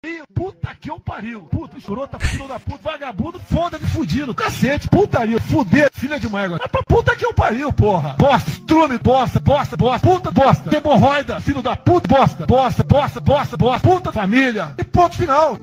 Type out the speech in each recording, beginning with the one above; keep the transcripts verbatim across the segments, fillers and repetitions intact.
Puta que eu pariu. Puta, escrota, filho da puta, vagabundo, foda-se, fudido, cacete, putaria, fuder, filha de uma égua. Mas pra puta que eu pariu, porra. Bosta, estrume, bosta, bosta, bosta, puta, bosta, hemorroida, filho da puta, bosta, bosta, bosta, bosta, bosta, puta, família. E ponto final.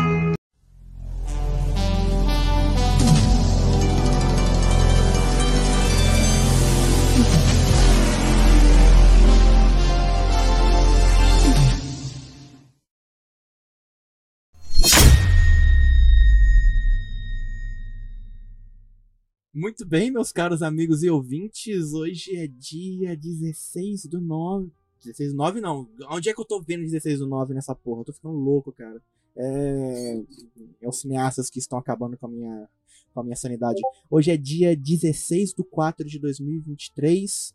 Muito bem, meus caros amigos e ouvintes, hoje é dia dezesseis do nove. dezesseis do nove não, onde é que eu tô vendo dezesseis do nove nessa porra? Eu tô ficando louco, cara. É, é os cineastas que estão acabando com a minha, com a minha sanidade. Hoje é dia dezesseis de quatro de dois mil e vinte e três.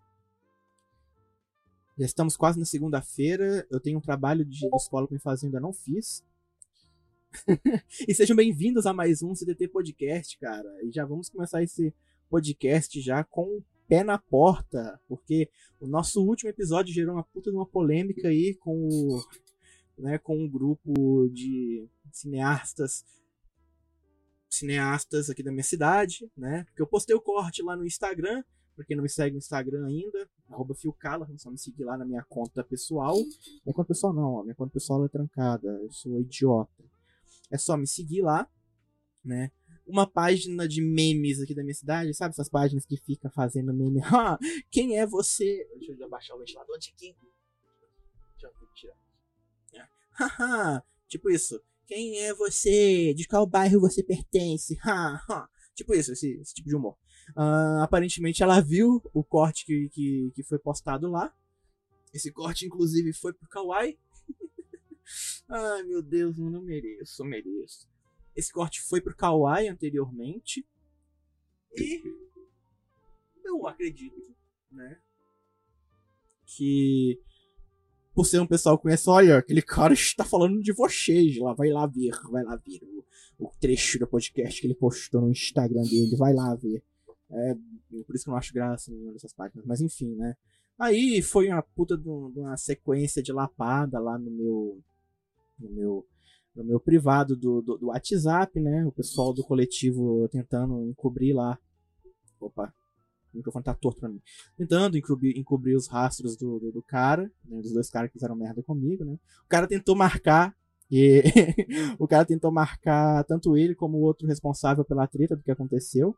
Já estamos quase na segunda-feira. Eu tenho um trabalho de escola pra me fazer, ainda não fiz. E sejam bem-vindos a mais um C D T Podcast, cara. E já vamos começar esse podcast já com o pé na porta, porque o nosso último episódio gerou uma puta de uma polêmica aí com o, né, com um grupo de cineastas cineastas aqui da minha cidade, né? Porque eu postei o corte lá no Instagram, pra quem não me segue no Instagram ainda, arroba Fiocala, só me seguir lá na minha conta pessoal. Minha conta pessoal não, ó, minha conta pessoal é trancada, eu sou idiota. É só me seguir lá, né? Uma página de memes aqui da minha cidade, sabe? Essas páginas que fica fazendo meme. Ah, quem é você? Deixa eu abaixar o ventilador aqui. Deixa eu tirar. Haha, tipo isso. Quem é você? De qual bairro você pertence? Ha, tipo isso, esse, esse tipo de humor. Uh, aparentemente ela viu o corte que, que, que foi postado lá. Esse corte, inclusive, foi pro Kawaii. Ai, meu Deus, eu não mereço, eu mereço. Esse corte foi pro Kawaii anteriormente. E eu acredito, né, que por ser um pessoal que conhece, olha, aquele cara está falando de vocês. Lá, vai lá ver, vai lá ver o, o trecho do podcast que ele postou no Instagram dele, vai lá ver. É, por isso que eu não acho graça nenhuma dessas páginas, mas enfim, né. Aí foi uma puta de uma sequência de lapada lá no meu... No meu, no meu privado do, do, do WhatsApp, né? O pessoal do coletivo tentando encobrir lá. Opa, o microfone tá torto pra mim. Tentando encobrir, encobrir os rastros do, do, do cara, né? Dos dois caras que fizeram merda comigo, né? O cara tentou marcar. E o cara tentou marcar tanto ele como o outro responsável pela treta do que aconteceu.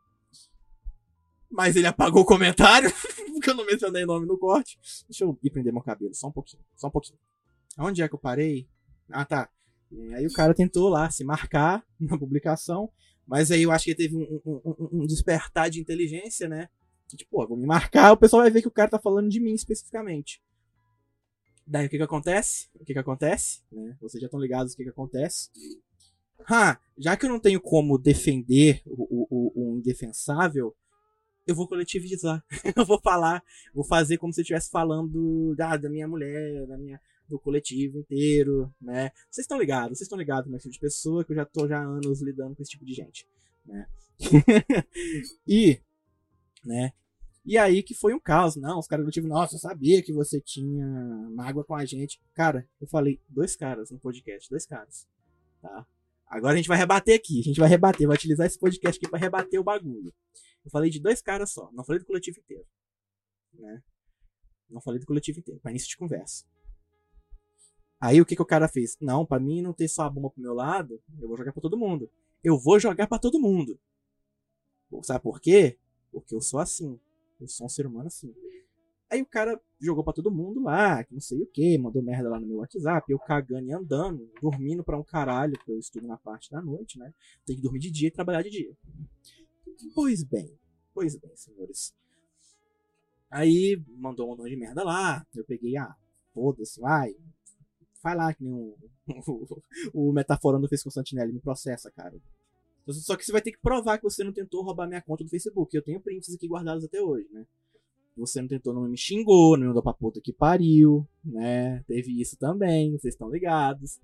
Mas ele apagou o comentário, porque eu não mencionei o nome no corte. Deixa eu ir prender meu cabelo, só um pouquinho. Só um pouquinho. Onde é que eu parei? Ah, tá. E aí o cara tentou lá se marcar na publicação, mas aí eu acho que ele teve um, um, um despertar de inteligência, né? Que, tipo, pô, vou me marcar, o pessoal vai ver que o cara tá falando de mim especificamente. Daí o que que acontece? O que que acontece? Né? Vocês já estão ligados o que que acontece. Ah, já que eu não tenho como defender o, o, o indefensável, eu vou coletivizar. Eu vou falar, vou fazer como se eu estivesse falando da, da minha mulher, da minha... do coletivo inteiro, né? Vocês estão ligados, vocês estão ligados no tipo de pessoa que eu já tô já há anos lidando com esse tipo de gente, né? e, né? E aí que foi um caos, não, os caras do coletivo, nossa, eu sabia que você tinha mágoa com a gente. Cara, eu falei dois caras no podcast, dois caras, tá? Agora a gente vai rebater aqui, a gente vai rebater, vai utilizar esse podcast aqui pra rebater o bagulho. Eu falei de dois caras só, não falei do coletivo inteiro, né? Não falei do coletivo inteiro, pra início de conversa. Aí o que que o cara fez? Não, pra mim não ter só a bomba pro meu lado, eu vou jogar pra todo mundo. Eu vou jogar pra todo mundo. Sabe por quê? Porque eu sou assim. Eu sou um ser humano assim. Aí o cara jogou pra todo mundo lá, que não sei o que, mandou merda lá no meu WhatsApp, eu cagando e andando, dormindo pra um caralho, porque eu estudo na parte da noite, né? Tem que dormir de dia e trabalhar de dia. Pois bem, pois bem, senhores. Aí mandou um monte de merda lá, eu peguei, ah, foda-se, vai... Vai lá, que nem o, o, o Metaforando fez com o Santinelli, me processa, cara. Só que você vai ter que provar que você não tentou roubar minha conta do Facebook. Eu tenho prints aqui guardados até hoje, né? Você não tentou, não me xingou, não me mandou pra puta que pariu, né? Teve isso também, vocês estão ligados.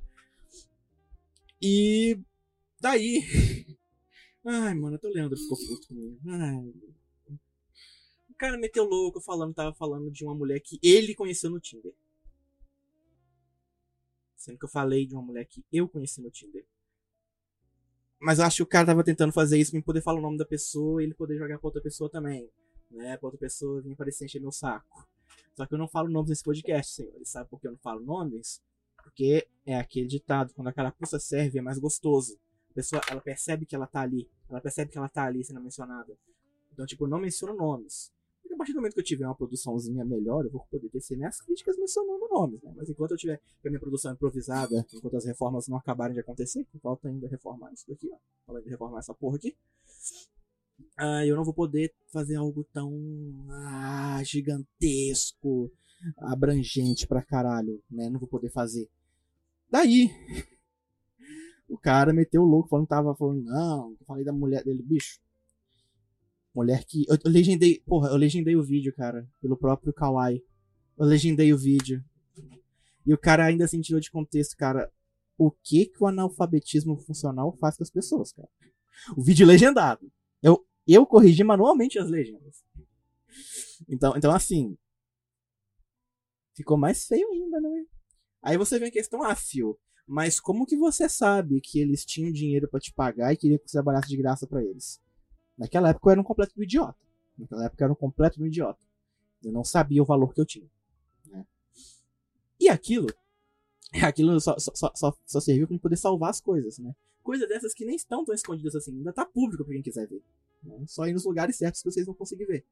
E daí... Ai, mano, eu tô lendo, ficou puto comigo. Ai... O cara meteu louco falando, tava falando de uma mulher que ele conheceu no Tinder. Sendo que eu falei de uma mulher que eu conheci no Tinder. Mas eu acho que o cara tava tentando fazer isso pra eu poder falar o nome da pessoa e ele poder jogar pra outra pessoa também. Né? Pra outra pessoa vir aparecer e encher meu saco. Só que eu não falo nomes nesse podcast, senhores. Sabe por que eu não falo nomes? Porque é aquele ditado, quando a carapuça serve é mais gostoso. A pessoa, ela percebe que ela tá ali. Ela percebe que ela tá ali sendo mencionada. Então, tipo, eu não menciono nomes. Porque a partir do momento que eu tiver uma produçãozinha melhor, eu vou poder tecer minhas críticas mencionando nomes, né? Mas enquanto eu tiver a minha produção improvisada, enquanto as reformas não acabarem de acontecer, que falta ainda reformar isso daqui, ó. Falta ainda reformar essa porra aqui. Ah, eu não vou poder fazer algo tão ah, gigantesco, abrangente pra caralho, né? Não vou poder fazer. Daí, o cara meteu o louco, falando que tava falando, não, eu falei da mulher dele, bicho. Mulher que. Eu, eu legendei. Porra, eu legendei o vídeo, cara. Pelo próprio Kawaii. Eu legendei o vídeo. E o cara ainda assim tirou de contexto, cara. O que que o analfabetismo funcional faz com as pessoas, cara? O vídeo legendado. Eu, eu corrigi manualmente as legendas. Então, então, assim. Ficou mais feio ainda, né? Aí você vem a questão, ah, Fio. Mas como que você sabe que eles tinham dinheiro pra te pagar e queriam que você trabalhasse de graça pra eles? Naquela época eu era um completo idiota. Naquela época eu era um completo idiota. Eu não sabia o valor que eu tinha. Né? E aquilo, aquilo só, só, só, só serviu para poder salvar as coisas, né? Coisas dessas que nem estão tão escondidas assim. Ainda tá público pra quem quiser ver. Né? Só ir nos lugares certos que vocês vão conseguir ver.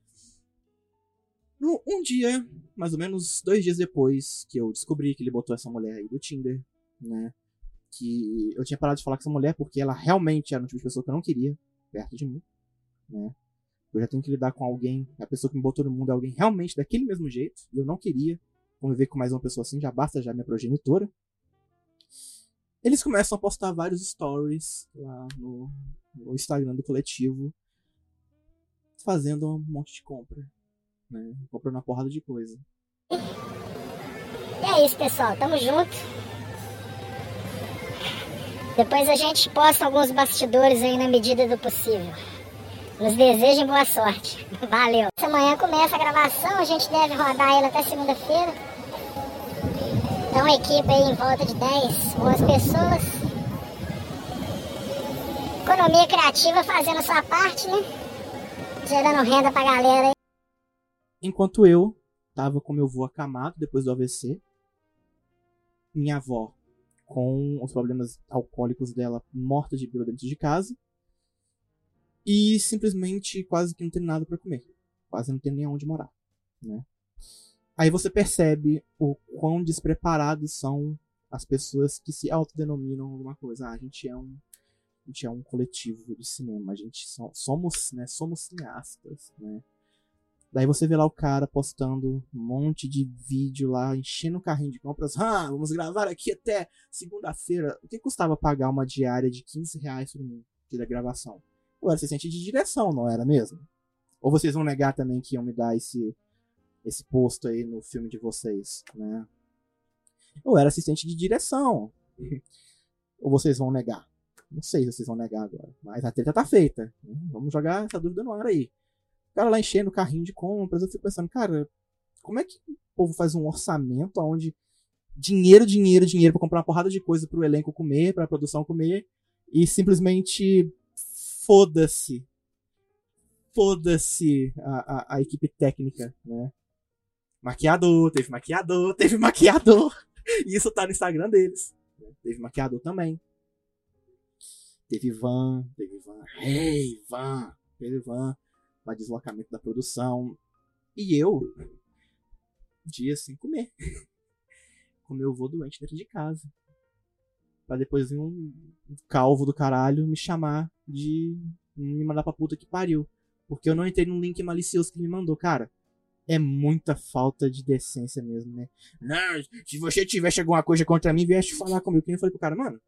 Um dia, mais ou menos dois dias depois, que eu descobri que ele botou essa mulher aí do Tinder, né? Que eu tinha parado de falar com essa mulher porque ela realmente era um tipo de pessoa que eu não queria perto de mim, né? Eu já tenho que lidar com alguém, a pessoa que me botou no mundo é alguém realmente daquele mesmo jeito, e eu não queria conviver com mais uma pessoa assim, já basta já minha progenitora. Eles começam a postar vários stories lá no, no Instagram do coletivo, fazendo um monte de compra, né? Comprando uma porrada de coisa. E é isso, pessoal, tamo junto. Depois a gente posta alguns bastidores aí na medida do possível. Nos desejem boa sorte. Valeu. Amanhã começa a gravação, a gente deve rodar ela até segunda-feira. Então a equipe aí em volta de dez boas pessoas. Economia criativa fazendo a sua parte, né? Gerando renda pra galera aí. Enquanto eu tava com meu avô acamado depois do A V C, minha avó com os problemas alcoólicos dela morta de bêbada dentro de casa e simplesmente quase que não tem nada pra comer, quase não tem nem onde morar, né? Aí você percebe o quão despreparados são as pessoas que se autodenominam alguma coisa. Ah, a gente é um, a gente é um coletivo de cinema, a gente so, somos, né, somos cineastas, né? Daí você vê lá o cara postando um monte de vídeo lá, enchendo o carrinho de compras. Ah, vamos gravar aqui até segunda-feira. O que custava pagar uma diária de quinze reais por mim da gravação? Eu era assistente de direção, não era mesmo? Ou vocês vão negar também que iam me dar esse, esse posto aí no filme de vocês, né? Eu era assistente de direção. Ou vocês vão negar? Não sei se vocês vão negar agora. Mas a treta tá feita. Vamos jogar essa dúvida no ar aí. O cara lá enchendo o carrinho de compras, eu fico pensando, cara, como é que o povo faz um orçamento onde dinheiro, dinheiro, dinheiro pra comprar uma porrada de coisa pro elenco comer, pra produção comer, e simplesmente foda-se. Foda-se a, a, a equipe técnica, né? Maquiador, teve maquiador, teve maquiador. E isso tá no Instagram deles. Teve maquiador também. Teve van, teve van. Hey, van, teve van. Para deslocamento da produção. E eu, dia sem comer. Com meu avô doente dentro de casa. Pra depois vir um calvo do caralho me chamar de... me mandar pra puta que pariu. Porque eu não entrei num link malicioso que ele me mandou, cara. É muita falta de decência mesmo, né? Não, se você tivesse alguma coisa contra mim, viesse falar comigo. Eu falei pro cara, mano...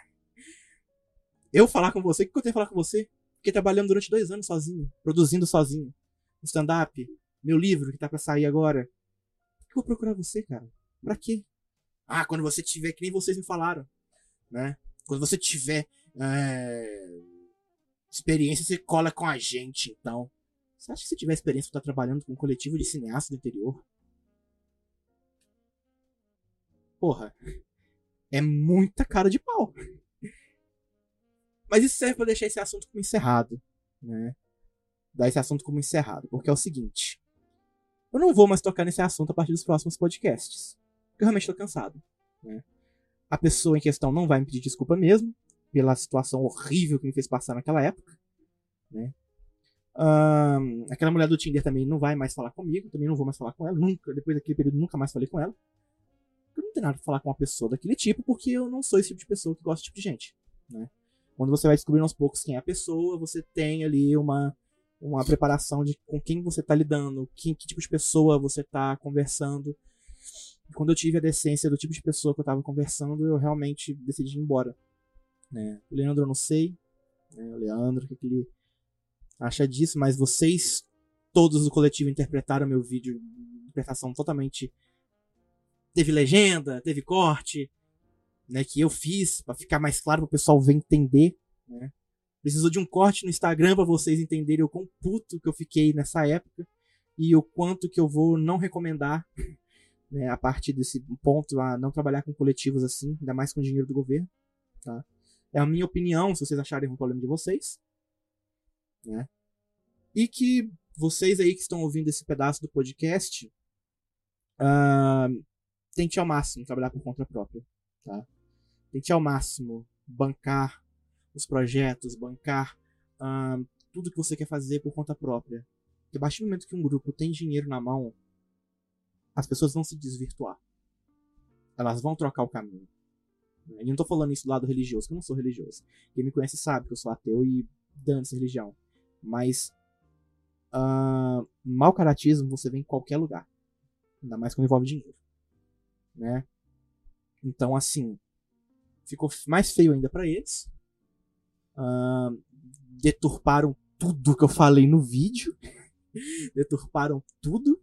Eu falar com você? O que eu tenho que falar com você? Fiquei trabalhando durante dois anos sozinho, produzindo sozinho. Stand-up, meu livro que tá pra sair agora. Por que eu vou procurar você, cara? Pra quê? Ah, quando você tiver, que nem vocês me falaram, né? Quando você tiver é... experiência, você cola com a gente, então. Você acha que se tiver experiência pra estar trabalhando com um coletivo de cineastas do interior? Porra, É muita cara de pau. Mas isso serve pra deixar esse assunto como encerrado, né? Dar esse assunto como encerrado. Porque é o seguinte. Eu não vou mais tocar nesse assunto a partir dos próximos podcasts. Porque eu realmente tô cansado, né? A pessoa em questão não vai me pedir desculpa mesmo. Pela situação horrível que me fez passar naquela época, né? Um, aquela mulher do Tinder também não vai mais falar comigo. Também não vou mais falar com ela. Nunca, depois daquele período, nunca mais falei com ela. Eu não tenho nada pra falar com uma pessoa daquele tipo, porque eu não sou esse tipo de pessoa que gosta desse tipo de gente, né? Quando você vai descobrindo aos poucos quem é a pessoa, você tem ali uma, uma preparação de com quem você tá lidando, quem, que tipo de pessoa você tá conversando. E quando eu tive a decência do tipo de pessoa que eu tava conversando, eu realmente decidi ir embora, né? O Leandro eu não sei, né? O Leandro, o que, que ele acha disso, mas vocês, todos do coletivo, interpretaram meu vídeo, interpretação totalmente... Teve legenda, teve corte, né, que eu fiz pra ficar mais claro pro pessoal ver entender, né? Precisou de um corte no Instagram pra vocês entenderem o quão puto que eu fiquei nessa época e o quanto que eu vou não recomendar, né, a partir desse ponto, a não trabalhar com coletivos assim, ainda mais com dinheiro do governo, tá? É a minha opinião, se vocês acharem um problema de vocês, né? E que vocês aí que estão ouvindo esse pedaço do podcast, uh, tente ao máximo trabalhar por conta própria, tá? Tente ao máximo bancar os projetos, bancar uh, tudo que você quer fazer por conta própria. Porque a partir do momento que um grupo tem dinheiro na mão, as pessoas vão se desvirtuar. Elas vão trocar o caminho. E não tô falando isso do lado religioso, que eu não sou religioso. Quem me conhece sabe que eu sou ateu e dane-se religião. Mas uh, mau caratismo você vê em qualquer lugar. Ainda mais quando envolve dinheiro, né? Então, assim, ficou mais feio ainda pra eles. Uh, deturparam tudo que eu falei no vídeo. Deturparam tudo.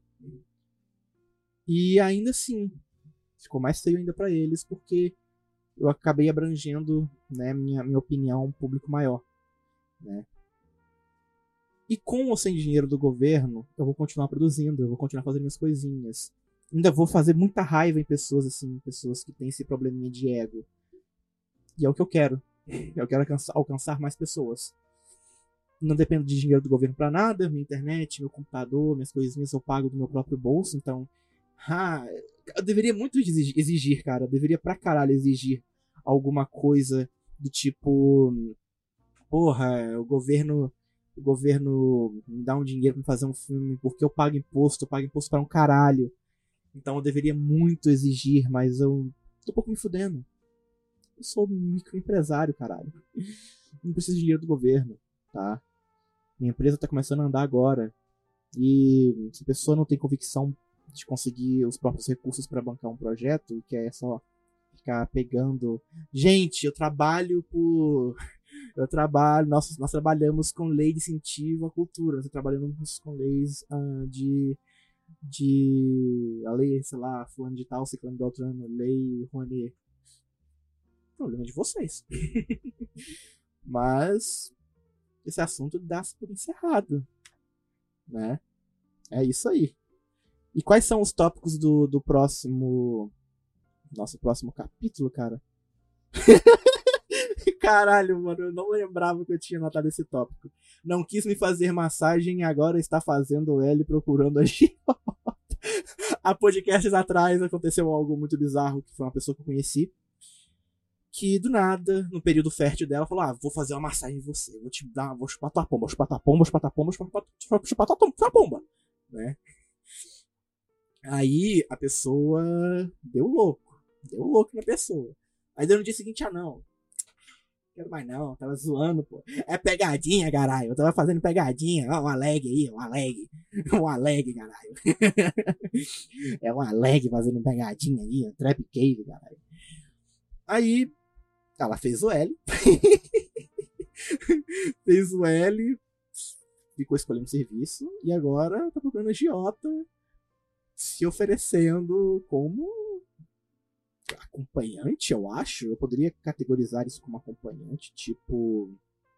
E ainda assim, ficou mais feio ainda pra eles, porque eu acabei abrangendo, né, minha, minha opinião, um público maior, né? E com ou sem dinheiro do governo, eu vou continuar produzindo, eu vou continuar fazendo minhas coisinhas. Ainda vou fazer muita raiva em pessoas assim, pessoas que têm esse probleminha de ego. E é o que eu quero. Eu quero alcançar, alcançar mais pessoas. Não dependo de dinheiro do governo pra nada, minha internet, meu computador, minhas coisinhas eu pago do meu próprio bolso, então... Ah, eu deveria muito exigir, exigir, cara. Eu deveria pra caralho exigir alguma coisa do tipo... Porra, o governo... O governo me dá um dinheiro pra fazer um filme porque eu pago imposto, eu pago imposto pra um caralho. Então eu deveria muito exigir, mas eu tô um pouco me fudendo. Eu sou microempresário, caralho. Não preciso de dinheiro do governo, tá? Minha empresa tá começando a andar agora. E se a pessoa não tem convicção de conseguir os próprios recursos pra bancar um projeto, e quer só ficar pegando... Gente, eu trabalho por... Eu trabalho... Nós, nós trabalhamos com lei de incentivo à cultura. Nós trabalhamos com leis uh, de... de... A lei, sei lá, fulano de tal, ciclano de Beltrano, lei Rouanet. Problema de vocês. Mas esse assunto dá-se por encerrado, né? É isso aí. E quais são os tópicos do, do próximo... Nosso próximo capítulo, cara? Caralho, mano, eu não lembrava que eu tinha notado esse tópico. Não quis me fazer massagem e agora está fazendo L procurando a Giota. Há podcasts atrás aconteceu algo muito bizarro, que foi uma pessoa que eu conheci, que do nada, no período fértil dela, falou: ah, vou fazer uma massagem em você, vou te dar, vou chupar tua pomba, vou chupar tua pomba, vou chupar tua pomba, vou chupar tua pomba, né? Aí a pessoa deu louco, deu louco na pessoa. Aí deu no dia seguinte: ah, não, quero mais não, tava zoando, pô. É pegadinha, caralho, eu tava fazendo pegadinha, ó, uma lag aí, uma lag, uma lag, caralho. É uma lag fazendo pegadinha aí, um trap cave, caralho. Aí ela fez o L. Fez o L. Ficou escolhendo serviço. E agora tá procurando a Giota se oferecendo como acompanhante, eu acho. Eu poderia categorizar isso como acompanhante. Tipo...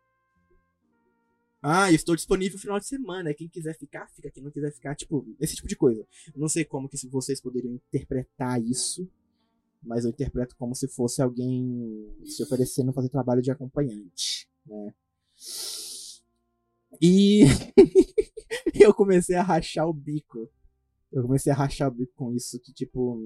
Ah, eu estou disponível no final de semana. Quem quiser ficar, fica. Quem não quiser ficar, tipo... Esse tipo de coisa. Eu não sei como que vocês poderiam interpretar isso, mas eu interpreto como se fosse alguém se oferecendo a fazer trabalho de acompanhante, né? E eu comecei a rachar o bico. Eu comecei a rachar o bico com isso, que tipo...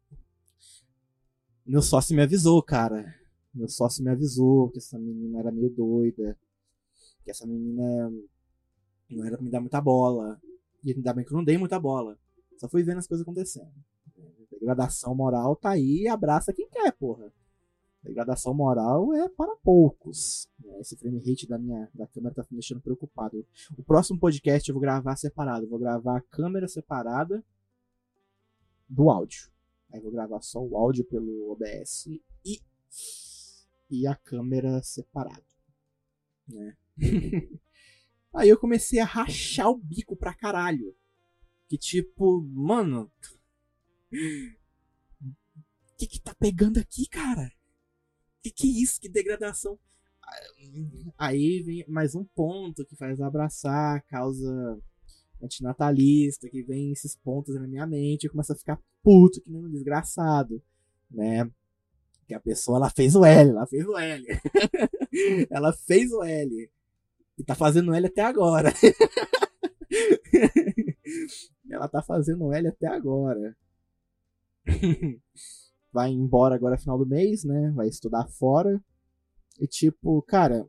Meu sócio me avisou, cara. Meu sócio me avisou que essa menina era meio doida. Que essa menina não era pra me dar muita bola. E ainda bem que eu não dei muita bola. Só fui vendo as coisas acontecendo. Degradação moral tá aí e abraça quem quer, porra. Degradação moral é para poucos. Esse frame rate da minha da câmera tá me deixando preocupado. O próximo podcast eu vou gravar separado. Eu vou gravar a câmera separada do áudio. Aí vou gravar só o áudio pelo O B S e, e a câmera separado. Né? Aí eu comecei a rachar o bico pra caralho. Que tipo, mano... O que que tá pegando aqui, cara? Que que é isso? Que degradação? Aí vem mais um ponto que faz abraçar a causa antinatalista, que vem esses pontos na minha mente, eu começo a ficar puto, que nem um desgraçado, né? Que a pessoa, ela fez o L, ela fez o L. Ela fez o L. E tá fazendo L até agora. Ela tá fazendo L até agora. Vai embora agora no final do mês, né? Vai estudar fora. E tipo, cara...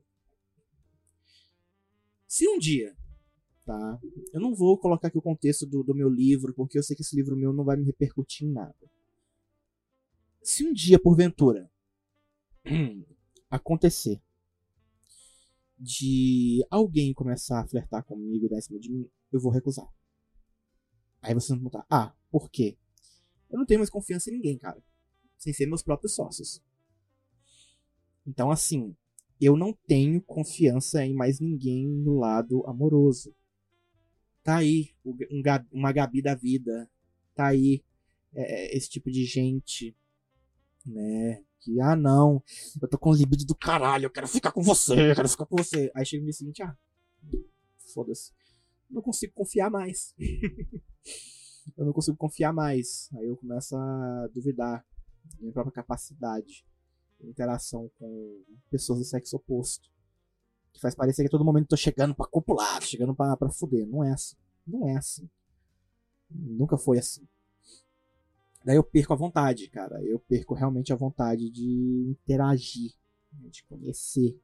Se um dia... Tá? Eu não vou colocar aqui o contexto do, do meu livro, porque eu sei que esse livro meu não vai me repercutir em nada. Se um dia, porventura, acontecer de alguém começar a flertar comigo e dar em cima de mim, eu vou recusar. Aí vocês vão perguntar, ah, por quê? Eu não tenho mais confiança em ninguém, cara. Sem ser meus próprios sócios. Então, assim, eu não tenho confiança em mais ninguém no lado amoroso. Tá aí um, uma Gabi da vida. Tá aí é, esse tipo de gente, né? Que, ah, não, eu tô com libido do caralho, eu quero ficar com você, eu quero ficar com você. Aí chega no dia seguinte, ah, foda-se. Não consigo confiar mais. Eu não consigo confiar mais. Aí eu começo a duvidar da minha própria capacidade de interação com pessoas do sexo oposto. Que faz parecer que a todo momento eu tô chegando pra copular, chegando pra, pra fuder. Não é assim. Não é assim. Nunca foi assim. Daí eu perco a vontade, cara. Eu perco realmente a vontade de interagir, né, de conhecer.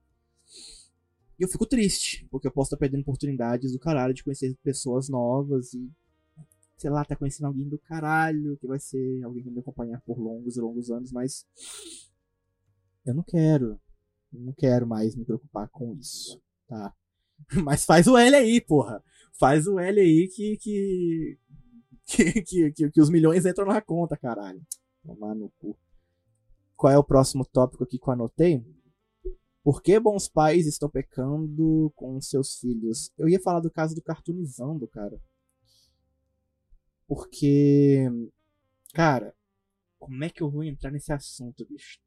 E eu fico triste, porque eu posso estar perdendo oportunidades do caralho de conhecer pessoas novas e, sei lá, tá conhecendo alguém do caralho, que vai ser alguém que vai me acompanhar por longos e longos anos, mas eu não quero. Eu não quero mais me preocupar com isso, tá? Mas faz o L aí, porra. Faz o L aí que que, que, que, que, que os milhões entram na conta, caralho. Tomar no cu. Qual é o próximo tópico aqui que eu anotei? Por que bons pais estão pecando com seus filhos? Eu ia falar do caso do Cartoonizando, cara. Porque, cara, como é que eu vou entrar nesse assunto, bicho?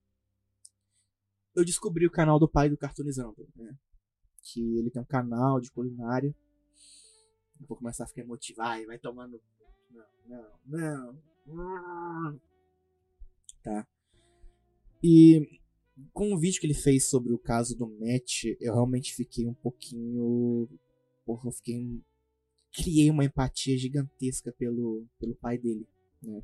Eu descobri o canal do pai do Cartoonizando, né? Que ele tem um canal de culinária. Eu vou começar a ficar emotivado, vai tomando... Não, não, não. Tá. E com o vídeo que ele fez sobre o caso do Matt, eu realmente fiquei um pouquinho... Porra, eu fiquei... Criei uma empatia gigantesca pelo, pelo pai dele, né?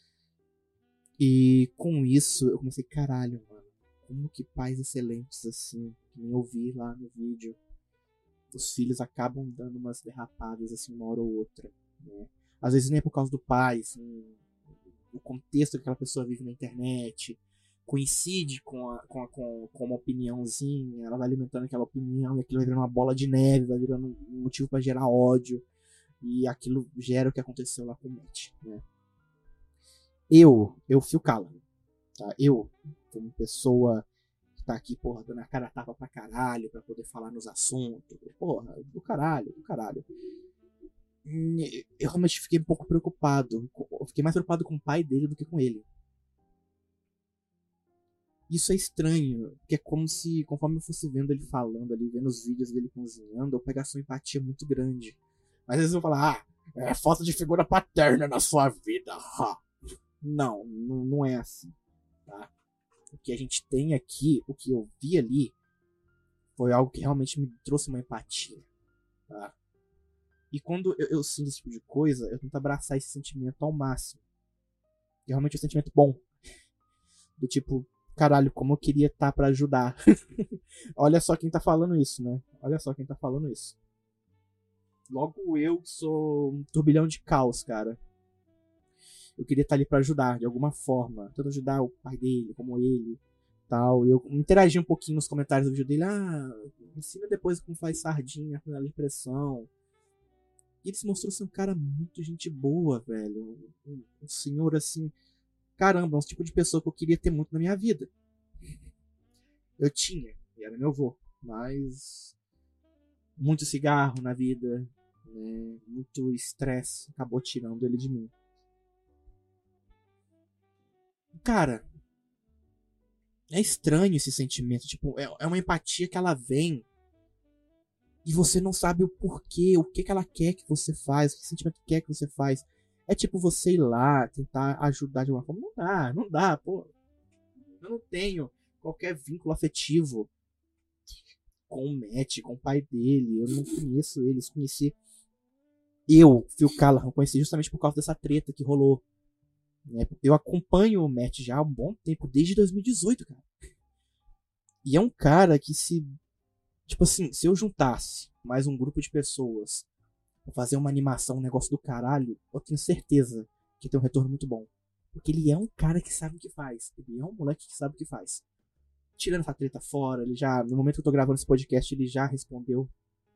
E com isso eu comecei, caralho, mano. Como que pais excelentes assim, que nem eu vi lá no vídeo, os filhos acabam dando umas derrapadas assim uma hora ou outra, né? Às vezes nem é por causa do pai, assim, o contexto que aquela pessoa vive na internet coincide com, a, com, a, com, com uma opiniãozinha, ela vai alimentando aquela opinião e aquilo vai virando uma bola de neve, vai virando um motivo para gerar ódio, e aquilo gera o que aconteceu lá com o Matt, né? Eu, eu fui o Cala, tá? Eu, como pessoa que tá aqui, porra, dando a cara a tapa pra caralho, pra poder falar nos assuntos, porra, do caralho, do caralho. Eu realmente fiquei um pouco preocupado. Eu fiquei mais preocupado com o pai dele do que com ele. Isso é estranho, porque é como se, conforme eu fosse vendo ele falando ali, vendo os vídeos dele cozinhando, eu pegasse uma empatia muito grande. Mas às vezes eu vou falar, ah, é falta de figura paterna na sua vida, ha. Não, não, não é assim, tá? O que a gente tem aqui, o que eu vi ali, foi algo que realmente me trouxe uma empatia, tá? E quando eu, eu sinto esse tipo de coisa, eu tento abraçar esse sentimento ao máximo. E realmente é um sentimento bom. Do tipo, caralho, como eu queria estar pra ajudar. Olha só quem tá falando isso, né? Olha só quem tá falando isso. Logo eu que sou um turbilhão de caos, cara. Eu queria estar ali pra ajudar, de alguma forma. Tanto ajudar o pai dele, como ele, tal. Eu interagi um pouquinho nos comentários do vídeo dele. Ah, ensina depois como faz sardinha, panela de pressão. E ele se mostrou ser um cara muito gente boa, velho. Um, um senhor, assim... Caramba, um tipo de pessoa que eu queria ter muito na minha vida. Eu tinha, e era meu avô. Mas... muito cigarro na vida, né? Muito estresse acabou tirando ele de mim. Cara, é estranho esse sentimento. Tipo, é, é uma empatia que ela vem e você não sabe o porquê, o que, que ela quer que você faz, o que sentimento quer que você faz. É tipo você ir lá, tentar ajudar de uma forma. Não dá, não dá, pô. Eu não tenho qualquer vínculo afetivo com o Matt, com o pai dele. Eu não conheço eles, conheci eu, Phil Callahan, conheci justamente por causa dessa treta que rolou. Eu acompanho o Matt já há um bom tempo, desde dois mil e dezoito, cara. E é um cara que se... Tipo assim, se eu juntasse mais um grupo de pessoas pra fazer uma animação, um negócio do caralho, eu tenho certeza que tem um retorno muito bom. Porque ele é um cara que sabe o que faz. Ele é um moleque que sabe o que faz. Tirando essa treta fora, ele já... No momento que eu tô gravando esse podcast, ele já respondeu.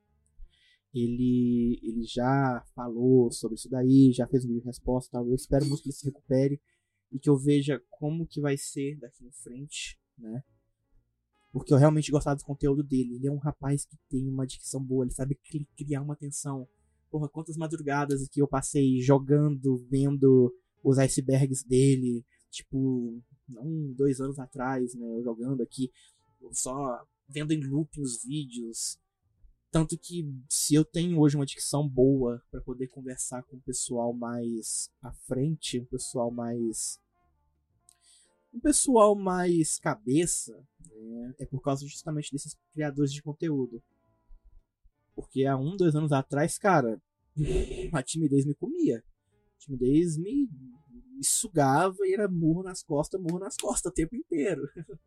Ele, ele já falou sobre isso daí, já fez um vídeo de resposta e tal. Eu espero muito que ele se recupere e que eu veja como que vai ser daqui em frente, né? Porque eu realmente gostava do conteúdo dele. Ele é um rapaz que tem uma dicção boa, ele sabe criar uma tensão. Porra, quantas madrugadas que eu passei jogando, vendo os icebergs dele, tipo, um, dois anos atrás, né? Eu jogando aqui, só vendo em loop os vídeos. Tanto que se eu tenho hoje uma dicção boa para poder conversar com o pessoal mais à frente, um pessoal mais... Um pessoal mais cabeça, né, é por causa justamente desses criadores de conteúdo. Porque há um, dois anos atrás, cara, a timidez me comia. A timidez me, me sugava e era murro nas costas, murro nas costas o tempo inteiro.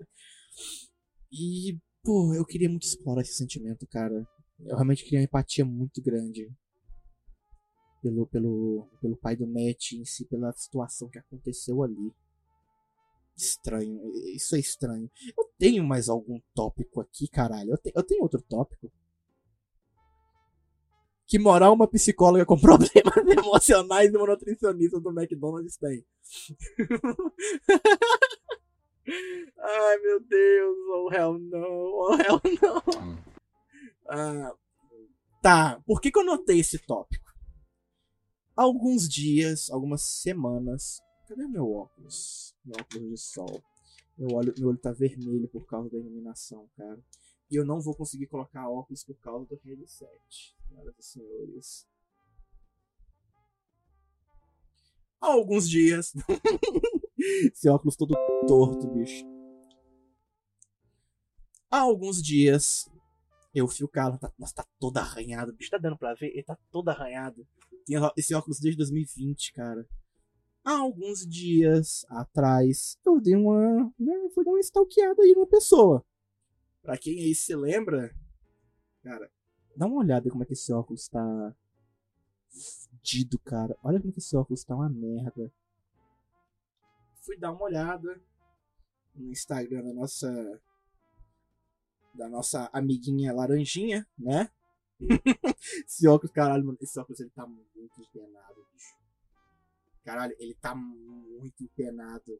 E, pô, eu queria muito explorar esse sentimento, cara. Eu realmente queria uma empatia muito grande pelo, pelo, pelo pai do Matt em si, pela situação que aconteceu ali. Estranho, isso é estranho. Eu tenho mais algum tópico aqui, caralho. Eu, te, eu tenho outro tópico. Que moral uma psicóloga com problemas emocionais e uma nutricionista do McDonald's tem? Ai, meu Deus. Oh, hell no. Oh, hell no. Ah, tá, por que que eu notei esse tópico? Há alguns dias, algumas semanas... Cadê meu óculos? Meu óculos de sol. Meu olho, meu olho tá vermelho por causa da iluminação, cara. E eu não vou conseguir colocar óculos por causa do headset. Senhoras e senhores. Há alguns dias... Esse óculos todo torto, bicho. Há alguns dias... Eu, Phil Callahan, tá, nossa, tá todo arranhado. O bicho tá dando pra ver? Ele tá todo arranhado. Tem esse óculos desde dois mil e vinte, cara. Há alguns dias atrás, eu dei uma... Né, fui dar uma stalkeada aí numa pessoa. Pra quem aí se lembra... Cara, dá uma olhada como é que esse óculos tá... fudido, cara. Olha como é que esse óculos tá uma merda. Fui dar uma olhada no Instagram da nossa... da nossa amiguinha Laranjinha, né? Esse óculos, caralho, mano. Esse óculos, ele tá muito empenado, bicho. Caralho, ele tá muito empenado.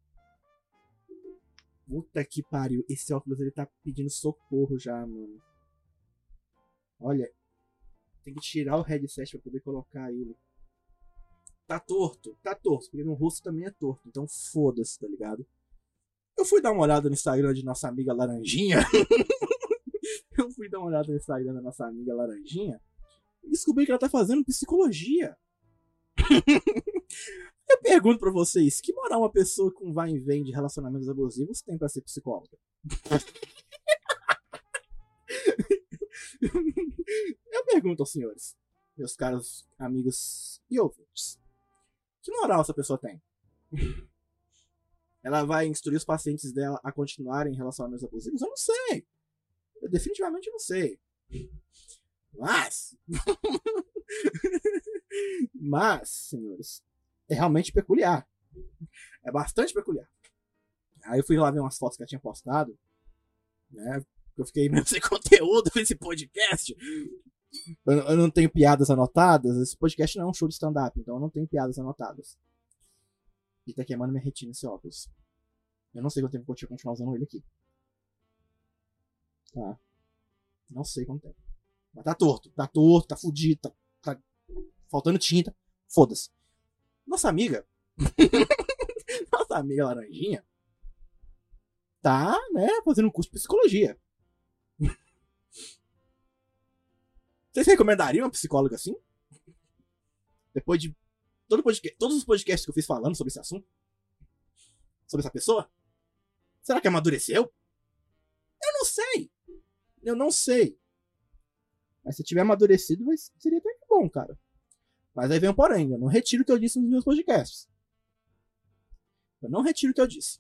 Puta que pariu. Esse óculos, ele tá pedindo socorro já, mano. Olha. Tem que tirar o headset pra poder colocar ele. Tá torto, tá torto. Porque meu rosto também é torto. Então foda-se, tá ligado? Eu fui dar uma olhada no Instagram de nossa amiga Laranjinha. Eu fui dar uma olhada no Instagram da nossa amiga Laranjinha. E descobri que ela tá fazendo psicologia. Eu pergunto pra vocês, que moral uma pessoa com vai e vem de relacionamentos abusivos tem pra ser psicóloga? Eu pergunto aos senhores, meus caros amigos e ouvintes, que moral essa pessoa tem? Ela vai instruir os pacientes dela a continuarem em relacionamentos abusivos? Eu não sei. Eu definitivamente não sei. Mas... Mas, senhores, é realmente peculiar. É bastante peculiar. Aí eu fui lá ver umas fotos que ela tinha postado, né? Eu fiquei meio sem conteúdo com esse podcast. Eu, eu não tenho piadas anotadas. Esse podcast não é um show de stand-up, então eu não tenho piadas anotadas. E tá queimando minha retina esse óculos. Eu não sei quanto tempo eu vou continuar usando ele aqui. Tá. Não sei quanto tempo. Mas tá torto. Tá torto, tá fudido, tá, tá faltando tinta. Foda-se. Nossa amiga. Nossa amiga Laranjinha. Tá, né, fazendo um curso de psicologia. Vocês recomendariam uma psicóloga assim? Depois de todo podcast, todos os podcasts que eu fiz falando sobre esse assunto? Sobre essa pessoa? Será que amadureceu? Eu não sei. Eu não sei. Mas se tiver amadurecido, seria até que bom, cara. Mas aí vem um porém. Eu não retiro o que eu disse nos meus podcasts. Eu não retiro o que eu disse.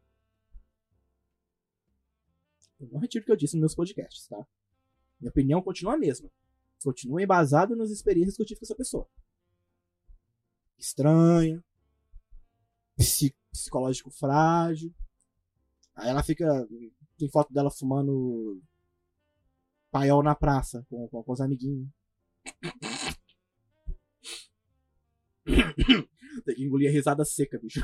Eu não retiro o que eu disse nos meus podcasts, tá? Minha opinião continua a mesma. Continua embasada nas experiências que eu tive com essa pessoa. Estranha. Psicológico frágil. Aí ela fica... Tem foto dela fumando... paiol na praça. Com, com, com os amiguinhos. Tem que engolir a risada seca, bicho.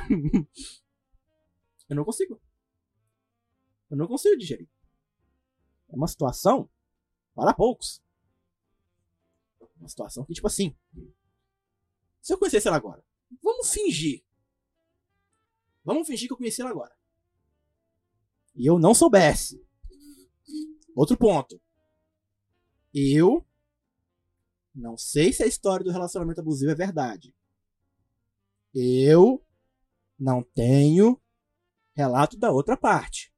Eu não consigo. Eu não consigo digerir. É uma situação para poucos. Uma situação que, tipo assim... Se eu conhecesse ela agora... Vamos fingir. Vamos fingir que eu conheci ela agora. E eu não soubesse. Outro ponto. Eu... não sei se a história do relacionamento abusivo é verdade. Eu... não tenho... relato da outra parte.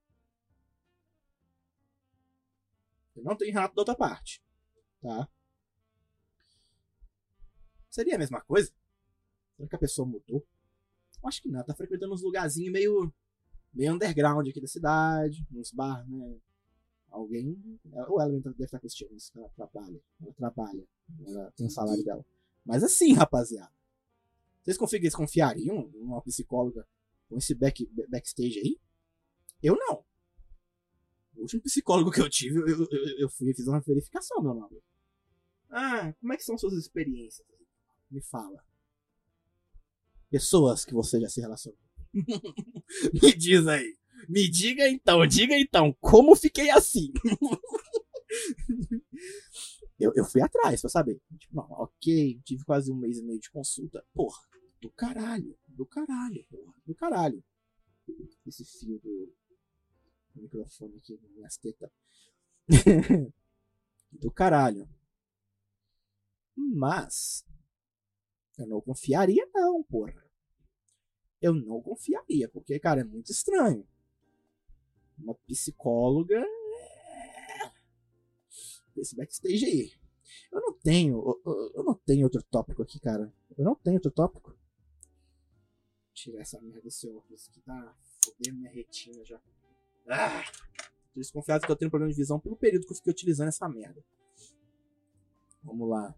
Eu não tenho relato da outra parte. Tá? Seria a mesma coisa? Será que a pessoa mudou? Acho que não. Tá frequentando uns lugarzinhos meio... meio underground aqui da cidade. Uns bar, né? Alguém... Ou ela deve estar assistindo isso. Ela trabalha. Ela trabalha. Ela tem o salário dela. Mas assim, rapaziada. Vocês confiariam numa psicóloga com esse back, backstage aí? Eu não. O último psicólogo que eu tive, eu, eu, eu fui e fiz uma verificação, meu nome. Ah, como é que são suas experiências? Me fala. Pessoas que você já se relacionou. Me diz aí. Me diga então, diga então, como fiquei assim? eu, eu fui atrás pra saber. Tipo, não, ok, tive quase um mês e meio de consulta. Porra, do caralho, do caralho, porra, do caralho. Esse fio do microfone aqui nas minhas tetas. Do caralho. Mas eu não confiaria não, porra. Eu não confiaria, porque, cara, é muito estranho. Uma psicóloga... Esse backstage aí. Eu não tenho... Eu, eu não tenho outro tópico aqui, cara. Eu não tenho outro tópico. Vou tirar essa merda desse óculos que tá fodendo minha retina já. Ah, tô desconfiado que eu tenho problema de visão pelo período que eu fiquei utilizando essa merda. Vamos lá.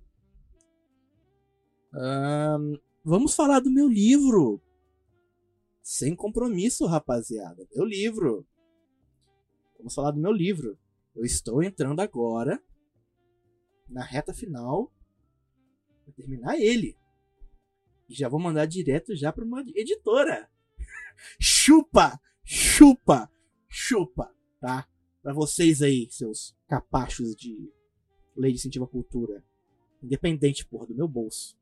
Um, vamos falar do meu livro. Sem compromisso, rapaziada. Meu livro. Vamos falar do meu livro. Eu estou entrando agora na reta final para terminar ele. E já vou mandar direto já para uma editora. Chupa! Chupa! Chupa! Tá? Para vocês aí, seus capachos de lei de incentivo à cultura. Independente, porra, do meu bolso.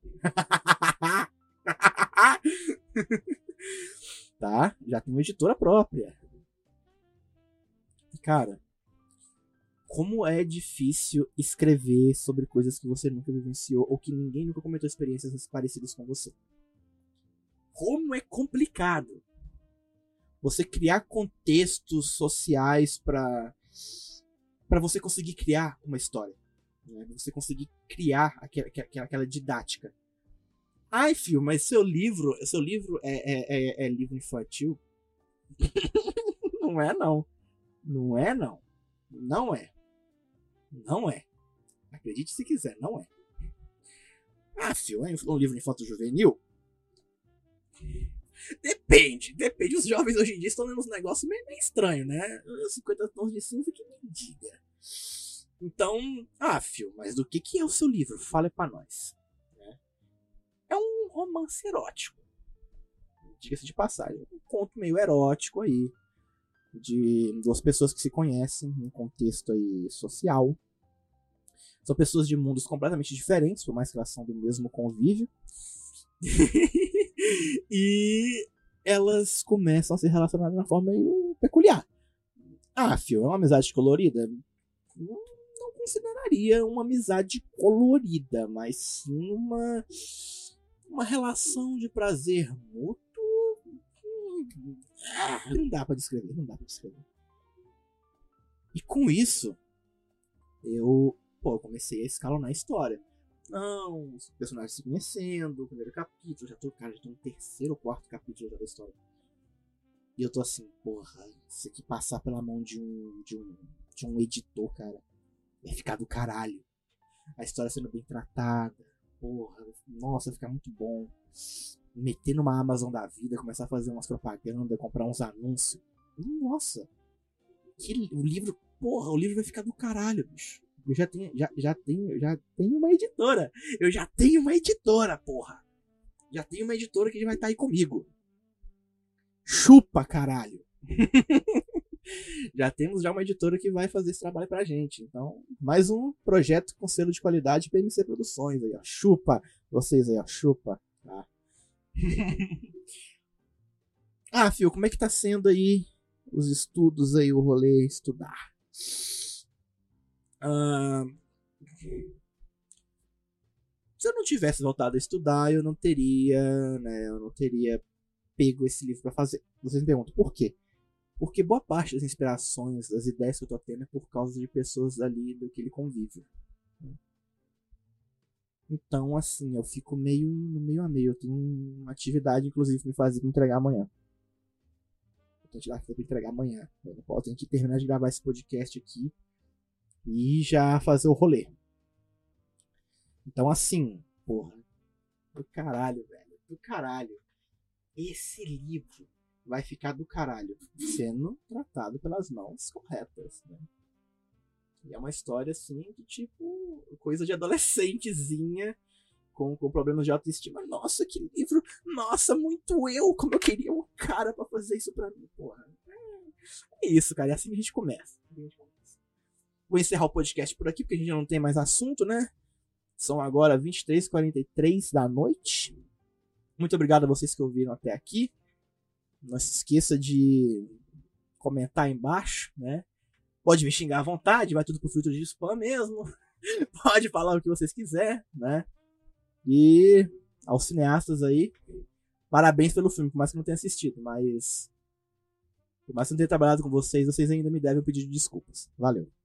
Tá? Já tem uma editora própria. Cara, como é difícil escrever sobre coisas que você nunca vivenciou ou que ninguém nunca comentou experiências parecidas com você. como é complicado você criar contextos sociais para para você conseguir criar uma história, né? Você conseguir criar aquela, aquela, aquela didática. Ai, filho, mas seu livro, seu livro é, é, é, é livro infantil? Não é, não. Não é, não. Não é. Não é. Acredite se quiser, não é. Ah, filho, é um livro infanto-juvenil? Depende, depende. Os jovens hoje em dia estão lendo uns negócios meio, meio estranhos, né? cinquenta tons de cinza que me diga. Então, ah, filho, mas do que, que é o seu livro? Fale pra nós. É um romance erótico. Diga-se de passagem. Um conto meio erótico aí. De duas pessoas que se conhecem num contexto aí social. São pessoas de mundos completamente diferentes, por mais que elas são do mesmo convívio. E elas começam a se relacionar de uma forma meio peculiar. Ah, fio, é uma amizade colorida? Não consideraria uma amizade colorida, mas sim uma, uma relação de prazer mútuo. Ah, não dá pra descrever, não dá pra descrever. E com isso, eu, pô, comecei a escalonar a história. Não, os personagens se conhecendo, o primeiro capítulo, já tô, cara, já tô no terceiro ou quarto capítulo já da história. E eu tô assim, porra, isso aqui passar pela mão de um, de um, de um editor, cara, vai ficar do caralho. A história sendo bem tratada, porra, nossa, vai ficar muito bom. Meter numa Amazon da vida, começar a fazer umas propagandas, comprar uns anúncios. Nossa, que, o livro, porra, o livro vai ficar do caralho, bicho. Eu já tenho, já, já tenho, já tenho uma editora. Eu já tenho uma editora, porra. Já tenho uma editora que vai estar aí comigo. Chupa, caralho. Já temos já uma editora que vai fazer esse trabalho pra gente. Então, mais um projeto com selo de qualidade P M C Produções aí, ó. Chupa. Vocês aí, ó. Chupa. Tá. Ah, fio, como é que tá sendo aí os estudos aí, o rolê estudar? Uh, se eu não tivesse voltado a estudar, eu não teria, né, eu não teria pego esse livro para fazer. Vocês me perguntam, por quê? Porque boa parte das inspirações, das ideias que eu tô tendo é por causa de pessoas ali daquele convívio. Então, assim, eu fico meio no meio a meio. Eu tenho uma atividade, inclusive, que me fazia me entregar amanhã. Eu tenho atividade que eu tenho que entregar amanhã. Eu não posso, eu tenho que terminar de gravar esse podcast aqui e já fazer o rolê. Então, assim, porra, do caralho, velho, do caralho. Esse livro vai ficar do caralho, sendo tratado pelas mãos corretas, né? E é uma história, assim, de tipo, coisa de adolescentezinha, com, com problemas de autoestima. Nossa, que livro, nossa, muito eu, como eu queria um cara pra fazer isso pra mim, porra. É isso, cara, é assim que a gente começa. A gente começa. Vou encerrar o podcast por aqui, porque a gente não tem mais assunto, né? São agora vinte e três e quarenta e três da noite. Muito obrigado a vocês que ouviram até aqui. Não se esqueça de comentar aí embaixo, né? Pode me xingar à vontade, vai tudo pro filtro de spam mesmo. Pode falar o que vocês quiserem, né? E aos cineastas aí, parabéns pelo filme, por mais que não tenha assistido, mas por mais que eu não tenha trabalhado com vocês, vocês ainda me devem um pedido de desculpas. Valeu.